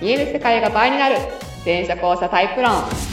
見える世界が倍になる全車交差タイプ論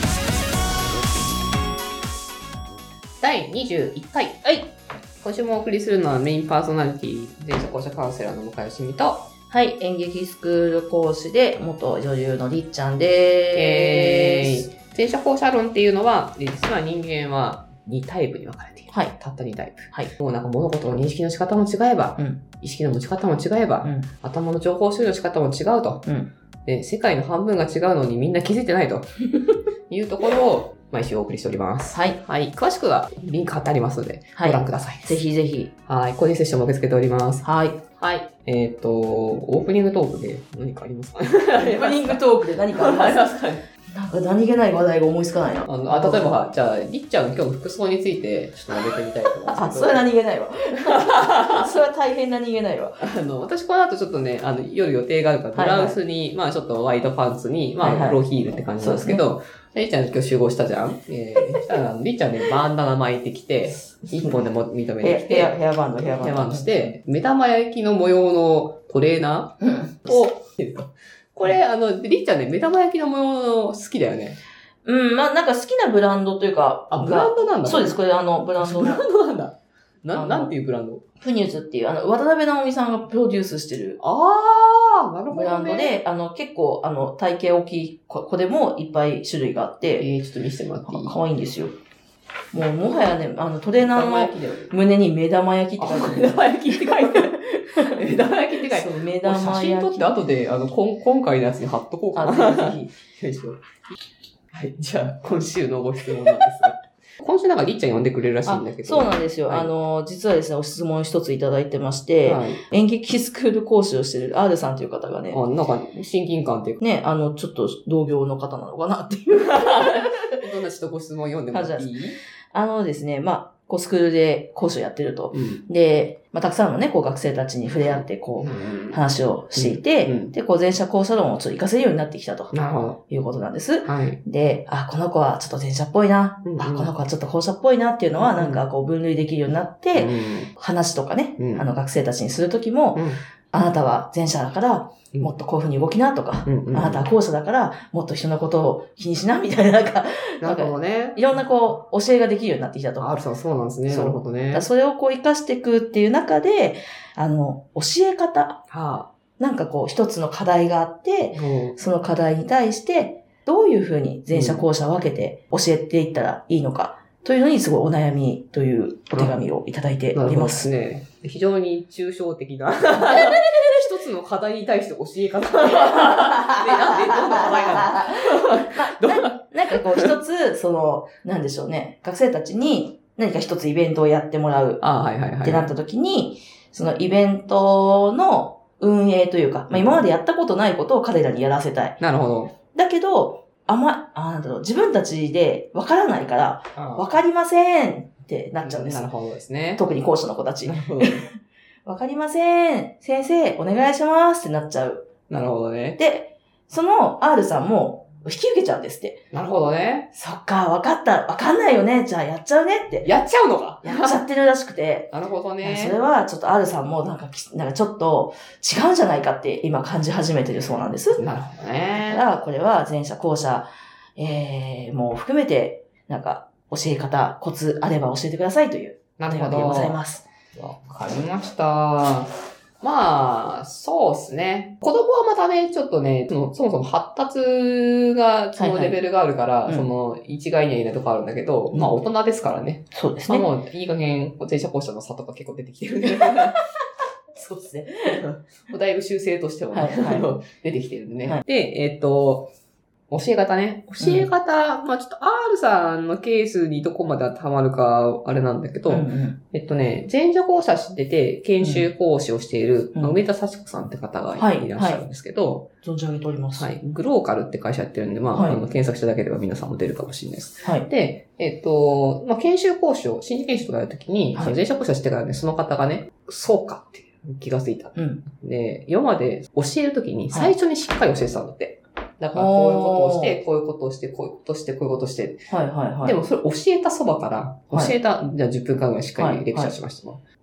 第21回。はい。今週もお送りするのはメインパーソナリティ、全車交差カウンセラーの向井よしみと、 はい、演劇スクール講師で元女優のりっちゃんでーす。 全車交差論っていうのは、実は人間は2タイプに分かれている。 はい。 たった2タイプ。 はい。 もうなんか物事の認識の仕方も違えば、意識の持ち方も違えば、頭の情報処理の仕方も違うと。で、世界の半分が違うのにみんな気づいてないというところを毎週お送りしております。 はい。 はい。詳しくはリンク貼ってありますので、ご覧ください。 ぜひぜひ。 はい。個人セッションも受け付けております。 はい。 はい。オープニングトークで何かありますかねオープニングトークで何かありますかねなんか何気ない話題が思いつかないな。 例えば、じゃあ、りっちゃんの今日の服装について、ちょっと述べてみたいと思いますけど。 それは何気ないわ。それは大変何気ないわ。 私この後ちょっとね、夜予定があるから、ブラウスに、まあちょっとワイドパンツに、まあローヒールって感じなんですけど、りっちゃん今日集合したじゃんしたら、りっちゃんね、バンダナ巻いてきて、一本でも認めてきて、 ヘアバンドして、目玉焼きの模様のトレーナーを、これ、りっちゃんね、目玉焼きの模様好きだよね。 まあなんか好きなブランドというか。 ブランドなんだ。 そうです、これブランド。 ブランドなんだ。なんていうブランド？ フニューズっていう、渡辺直美さんがプロデュースしてる。 なるほど、ね。 ブランドで、結構、体型大きい子でもいっぱい種類があって。 ちょっと見せてもらっていい？ かわいいんですよ。もう、もはやね、トレーナーの胸に目玉焼きって書いてる。 目玉焼きって書いてる。目玉焼きって書いてる。 そう、目玉焼き。 写真撮って後で、今回のやつに貼っとこうかな。ぜひ。よいしょ。はい。じゃあ、今週のご質問なんですが。今週なんかりっちゃん呼んでくれるらしいんだけど。 そうなんですよ。はい、実はですね、お質問一ついただいてまして、はい、演劇スクール講師をしている R さんという方がね。 なんか、親近感っていうか。 ね、ちょっと同業の方なのかなっていう。 どんなちょっとご質問読んでもらっていい？ ですね、まあ、スクールで講師をやってると。で、まあ、たくさんのね、学生たちに触れ合って、話をしていて、で、前者後者論をちょっと活かせるようになってきたと。 なるほど。 いうことなんです。 はい。 で、この子はちょっと前者っぽいな。この子はちょっと後者っぽいなっていうのは、なんか分類できるようになって、話とかね、学生たちにするときも、あなたは前者だから、もっとこういうふうに動きなとか、あなたは後者だから、もっと人のことを気にしなみたいな、 なるほどね。 いろんな教えができるようになってきたと。 R さんそうなんですね。なるほどね。 それを活かしていくっていう中で、教え方。なんか一つの課題があって、その課題に対して、どういうふうに前者後者を分けて教えていったらいいのか、というのにすごいお悩みというお手紙をいただいております。 なるほどですね。非常に抽象的な。一つの課題に対して教え方。どんな課題なの？ なんか一つ、なんでしょうね。学生たちに何か一つイベントをやってもらう。ってなった時に、そのイベントの運営というか、まあ今までやったことないことを彼らにやらせたい。 なるほど。 だけど、自分たちでわからないから、わかりませんってなっちゃうんです。 なるほどですね。 特に講師の子たち。わかりません。先生、お願いしますってなっちゃう。 なるほどね。 で、その R さんも引き受けちゃうんですって。 なるほどね。 そっか、わかった。わかんないよね。じゃあやっちゃうねって。 やっちゃうのか。 やっちゃってるらしくて。 なるほどね。 それはちょっと R さんもなんかちょっと違うんじゃないかって今感じ始めてるそうなんです。 なるほどね。 だからこれは前者後者、もう含めて、なんか教え方、コツあれば教えてくださいというお手紙でございます。 わかりました。まあ、そうですね。子供はまたね、ちょっとね、そもそも発達が、そのレベルがあるから、一概には言えないとこあるんだけど、まあ大人ですからね。 そうですね。 もういい加減、前者後者の差とか結構出てきてるんで。 そうですね。 だいぶ修正としても、出てきてるんでね。で、教え方ね。教え方、まあちょっと R さんのケースにどこまで当てはまるか、あれなんだけど、前者後者知ってて、研修講師をしている、梅田幸子さんって方がいらっしゃるんですけど、 存じ上げております。 はい。グローカルって会社やってるんで、検索しただけでは皆さんも出るかもしれないです。はい。で、研修講師を、新規研修とかやるときに、前者後者知ってからね、その方がね、そうかって気がついた。で、今まで教えるときに最初にしっかり教えてたんだって。だから、こういうことをして、こういうことをして、こういうことをして、こういうことをして。でも、それ教えたそばから、じゃあ10分間ぐらいしっかりレクチャーしました。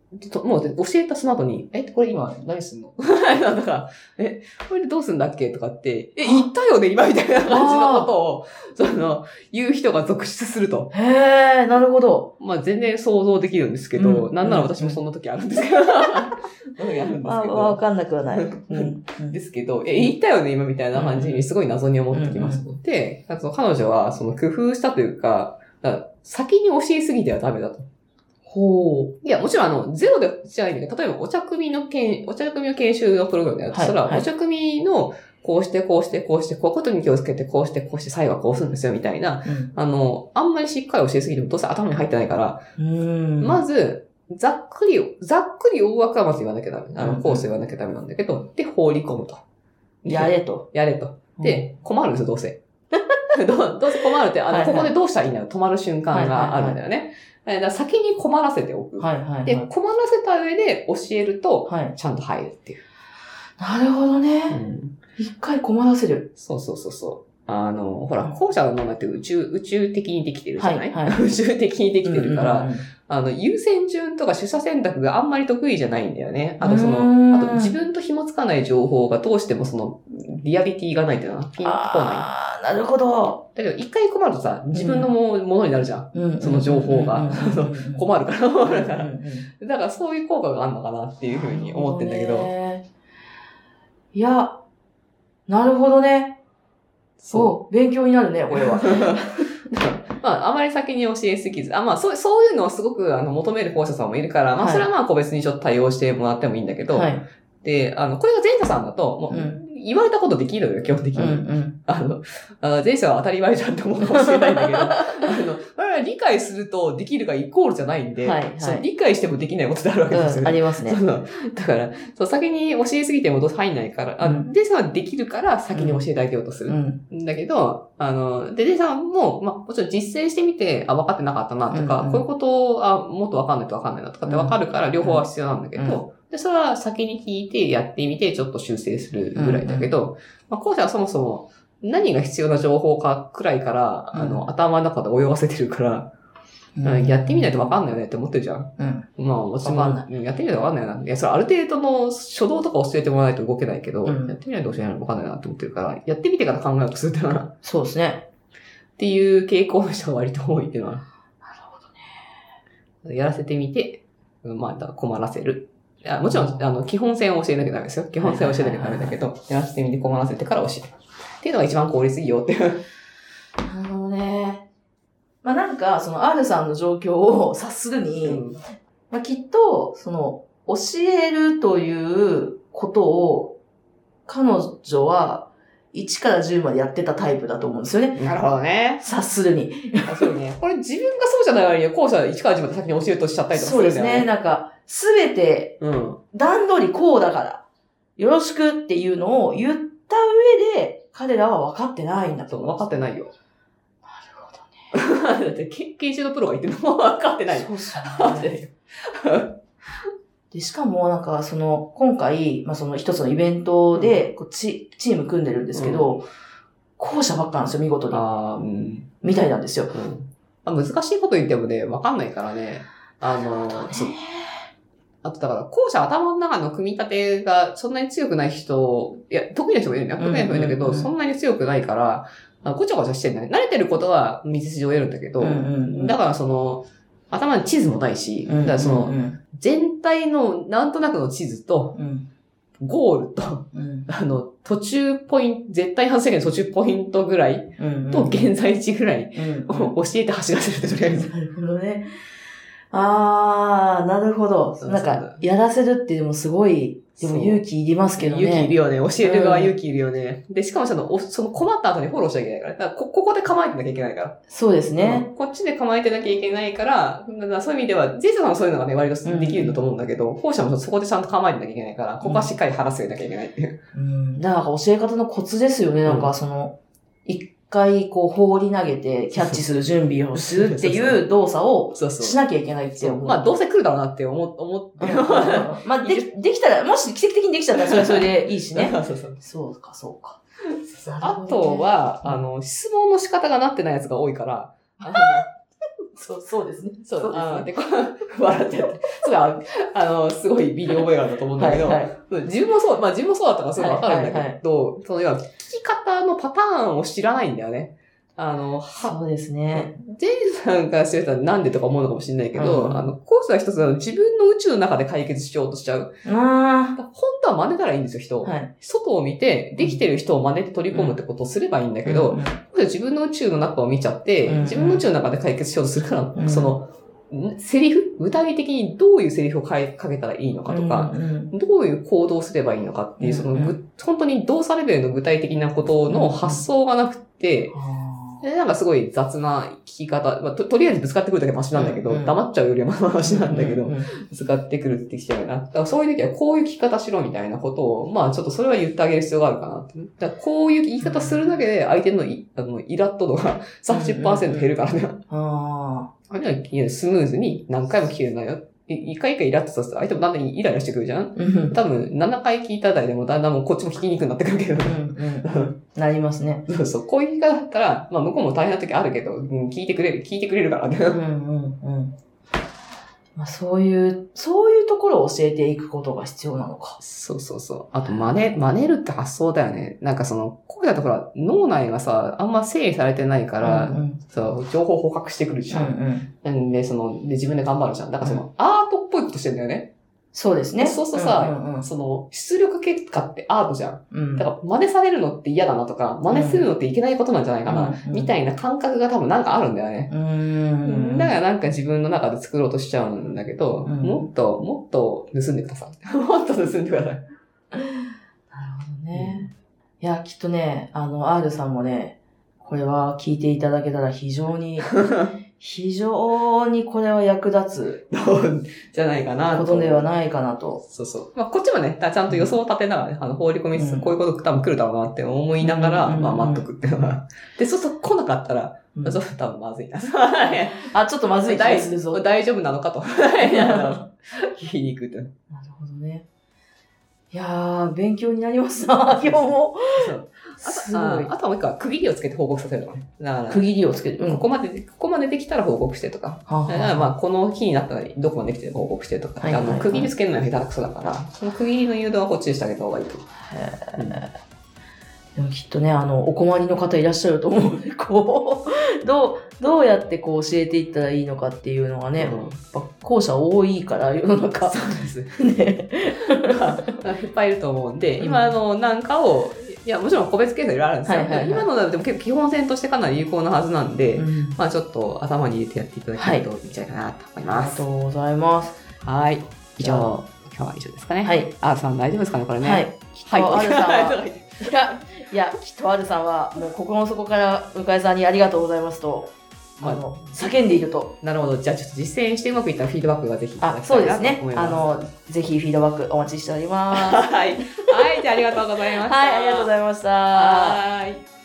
もう教えたその後に、これ今何すんのなんか、これでどうすんだっけとかって、言ったよね今みたいな感じのことを、言う人が続出すると。 へー、なるほど。 まあ全然想像できるんですけど、なんなら私もそんな時あるんですけど。 わかんなくはない。 ですけど、言ったよね今みたいな感じにすごい謎に思ってきますので、彼女はその工夫したというか、先に教えすぎてはダメだと。 ほう。 いや、もちろんゼロでじゃないんだけど、例えばお茶組を研修のプログラムでやったら、お茶組のこうして、こういうことに気をつけて、こうして、最後はこうするんですよ、みたいな、あんまりしっかり教えすぎてもどうせ頭に入ってないから、まず、ざっくり大枠はまず言わなきゃダメ。コース言わなきゃダメなんだけど、で、放り込むと。 やれと。 で、困るんですよ、どうせ。どうせ困るって、ここでどうしたらいいんだろう、止まる瞬間があるんだよね。だから先に困らせておく。で、困らせた上で教えると、ちゃんと入るっていう。 なるほどね。一回困らせる。 そう。ほら、後者のものって宇宙的にできてるじゃない、宇宙的にできてるから、優先順とか取捨選択があんまり得意じゃないんだよね。あと自分と紐つかない情報がどうしてもリアリティがないっていうのはピンとこない。 ああ、なるほど。 だけど、一回困るとさ、自分のものになるじゃん。その情報が。困るから。だからそういう効果があるのかなっていうふうに思ってんだけど。 いや、なるほどね。そう。勉強になるね、これは。 まあ、あまり先に教えすぎず、そういうのをすごく求める講師さんもいるから、それは個別にちょっと対応してもらってもいいんだけど、で、これが前者さんだと、もう、言われたことできるのよ、基本的に。前者は当たり前じゃんって思うかもしれないんだけど、理解するとできるがイコールじゃないんで、理解してもできないことってあるわけですよ。 ありますね。 だから、先に教えすぎてもどうせ入んないから、前者はできるから先に教えてあげようとする。だけど、前者も、もちろん実践してみて、分かってなかったなとか、こういうことを、もっと分かんないと分かんないなとかって分かるから、両方は必要なんだけど、で、それは先に聞いてやってみてちょっと修正するぐらいだけど、後者はそもそも何が必要な情報かくらいから、頭の中で泳がせてるから、やってみないと分かんないよねって思ってるじゃん。私もやってみないと分かんないよな。いや、それある程度の初動とか教えてもらわないと動けないけど、やってみないと教えないと分かんないなって思ってるから、やってみてから考えようとするっていうのは。 そうですね。 っていう傾向の人が割と多いっていうのは。なるほどね。 やらせてみて、困らせる。もちろん、基本線を教えなきゃダメですよ。基本線を教えなきゃダメだけど、やらせてみて困らせてから教える。っていうのが一番効率いいよっていう。 なるほどね。なんか、R さんの状況を察するに、きっと、教えるということを、彼女は、1から10までやってたタイプだと思うんですよね。 なるほどね。 察するに。 そうね。これ自分がそうじゃない割には、後者1から10まで先に教えるとしちゃったりとかするんだよね。 そうですね。なんか、すべて、段取りこうだから、よろしくっていうのを言った上で、彼らは分かってないんだと思う。 分かってないよ。 なるほどね。 だって、研修のプロが言ってるのも分かってないよ。 そうっすね。で、しかもなんか、今回、一つのイベントで、チーム組んでるんですけど、後者ばっかなんですよ、見事に。みたいなんですよ。 難しいこと言ってもね、分かんないからね。あとだから、後者頭の中の組み立てがそんなに強くない人、いや、得意な人もいるんだよ。得意な人もいるんだけど、そんなに強くないから、ごちゃごちゃしてんだね。慣れてることは道筋を得るんだけど、だから頭に地図もないし、だから全体のなんとなくの地図と、ゴールと、途中ポイント、絶対外せない途中ポイントぐらいと現在地ぐらいを教えて走らせるってとりあえず。 なるほどね。なるほど。なんか、やらせるってでもすごい、でも勇気いりますけどね。 勇気いるよね。教える側勇気いるよね。で、しかもその困った後にフォローしなきゃいけないから。だからここで構えてなきゃいけないから。 そうですね。 こっちで構えてなきゃいけないから、だからそういう意味では、前者さんはそういうのがね、割とできるんだと思うんだけど、後者もそこでちゃんと構えてなきゃいけないから、ここはしっかり話せなきゃいけないっていう。 だから教え方のコツですよね。なんか一回放り投げてキャッチする準備をするっていう動作をしなきゃいけないって思う。 どうせ来るだろうなって思って。 できたら、もし奇跡的にできちゃったらそれでいいしね。そうか。 あとは、質問の仕方がなってないやつが多いから、 そうですね。 そうですね。笑ってやって。すごい微妙覚えがあると思うんだけど、自分もそうだったからすごいわかるんだけど、その、要は聞き方のパターンを知らないんだよね。 そうですね。 ジェイさんからしてたらなんでとか思うのかもしれないけど、コースは一つ自分の宇宙の中で解決しようとしちゃう。本当は真似たらいいんですよ、人。外を見て、できてる人を真似て取り込むってことをすればいいんだけど、自分の宇宙の中を見ちゃって、自分の宇宙の中で解決しようとするから、その、セリフ具体的にどういうセリフをかけたらいいのかとか、どういう行動をすればいいのかっていう、本当に動作レベルの具体的なことの発想がなくて、なんかすごい雑な聞き方、とりあえずぶつかってくるだけマシなんだけど、黙っちゃうよりはマシなんだけど、ぶつかってくるってきちゃうな。だからそういう時はこういう聞き方しろみたいなことを、ちょっとそれは言ってあげる必要があるかなって。だからこういう言い方するだけで相手のイラッと度が 30% 減るからね。スムーズに何回も聞けるのよ。一回イラッとさせたら相手もだんだんイライラしてくるじゃん、多分7回聞いたあたりでもだんだんもうこっちも聞きにくくなってくるけど。 なりますね。 そう。こういう言い方だったら、向こうも大変な時あるけど、聞いてくれるからね。 そういうところを教えていくことが必要なのか。 そう。あと、真似るって発想だよね。なんかこうだとほら、脳内がさ、あんま整理されてないから、情報捕獲してくるじゃん。で、自分で頑張るじゃん。だからアートっぽいことしてんだよね。 そうですね。 そうするとさ、出力結果ってアートじゃん。だから真似されるのって嫌だなとか、真似するのっていけないことなんじゃないかな、みたいな感覚が多分なんかあるんだよね。だからなんか自分の中で作ろうとしちゃうんだけど、もっと盗んでください。もっと盗んでください。なるほどね。いや、きっとね、R さんもね、これは聞いていただけたら非常にこれは役立つ。 じゃないかな。 ことではないかなと。 そう。こっちもね、ちゃんと予想を立てながらね、放り込みつつ、こういうこと多分来るだろうなって思いながら、待っとくっていうのが。で、そうすると来なかったら、ちょっと多分まずいな。 ちょっとまずい気がするぞ。 大丈夫なのかと。聞きに行くって。なるほどね。いやー、勉強になりますな、今日も。 あとはもう一個は区切りをつけて報告させるとかね。だから区切りをつけて、 ここまでできたら報告してとか。この日になったらどこまでできて報告してとか。区切りつけるのは下手くそだから、その区切りの誘導はこっちでしてあげた方がいいと。 でもきっとね、お困りの方いらっしゃると思うので、どうやって教えていったらいいのかっていうのがね、後者多いから世の中。 そうです。ね。いっぱいいると思うんで、今なんかを、いや、もちろん個別ケースいろいろあるんですよ。今のでも結構基本線としてかなり有効なはずなんで、ちょっと頭に入れてやっていただけるといいんじゃないかなと思います。 ありがとうございます。 はい。今日は以上ですかね。 はい。 R さん大丈夫ですかね、これね。 はい。きっと R さんは、いや、きっと R さんは、もう心の底から向井さんにありがとうございますと、叫んでいると。 なるほど。じゃあちょっと実践してうまくいったらフィードバックがぜひいただきたそういなですね。 と思います。 ぜひフィードバックお待ちしております。 はい。じゃあありがとうございました。 はい、ありがとうございました。 はい。